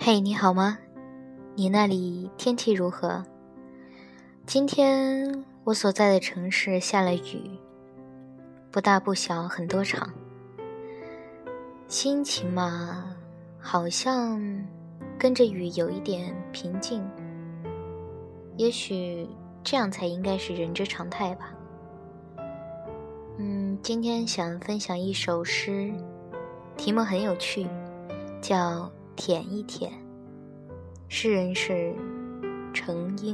嘿，你好吗？你那里天气如何？今天我所在的城市下了雨，不大不小，很多场。心情嘛，好像跟着雨有一点平静。也许这样才应该是人之常态吧。今天想分享一首诗，题目很有趣，叫《舔一舔》，诗人是程婴。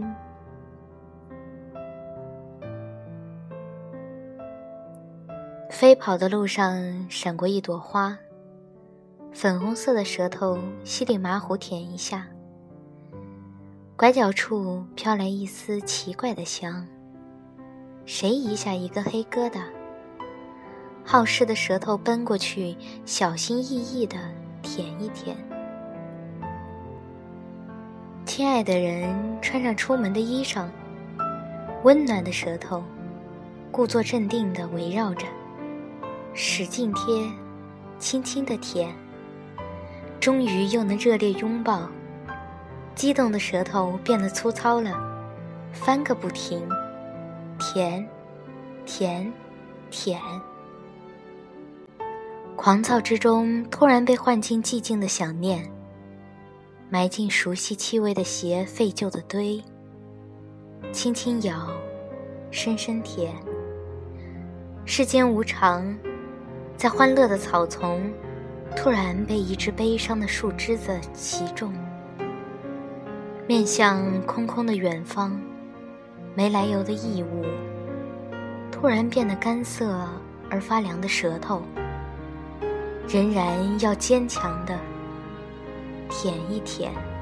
飞跑的路上闪过一朵花，粉红色的舌头稀里马虎舔一下，拐角处飘来一丝奇怪的香，谁遗下一个黑疙瘩？好事的舌头奔过去，小心翼翼地舔一舔。亲爱的人穿上出门的衣裳，温暖的舌头故作镇定地围绕着，使劲贴，轻轻地舔，终于又能热烈拥抱。激动的舌头变得粗糙了，翻个不停，舔舔舔。狂躁之中突然被唤进寂静的想念，埋进熟悉气味的鞋废旧的堆，轻轻咬，深深舔。世间无常，在欢乐的草丛突然被一只悲伤的树枝子击中，面向空空的远方，没来由的异物突然变得干涩而发凉的舌头，仍然要坚强地舔一舔。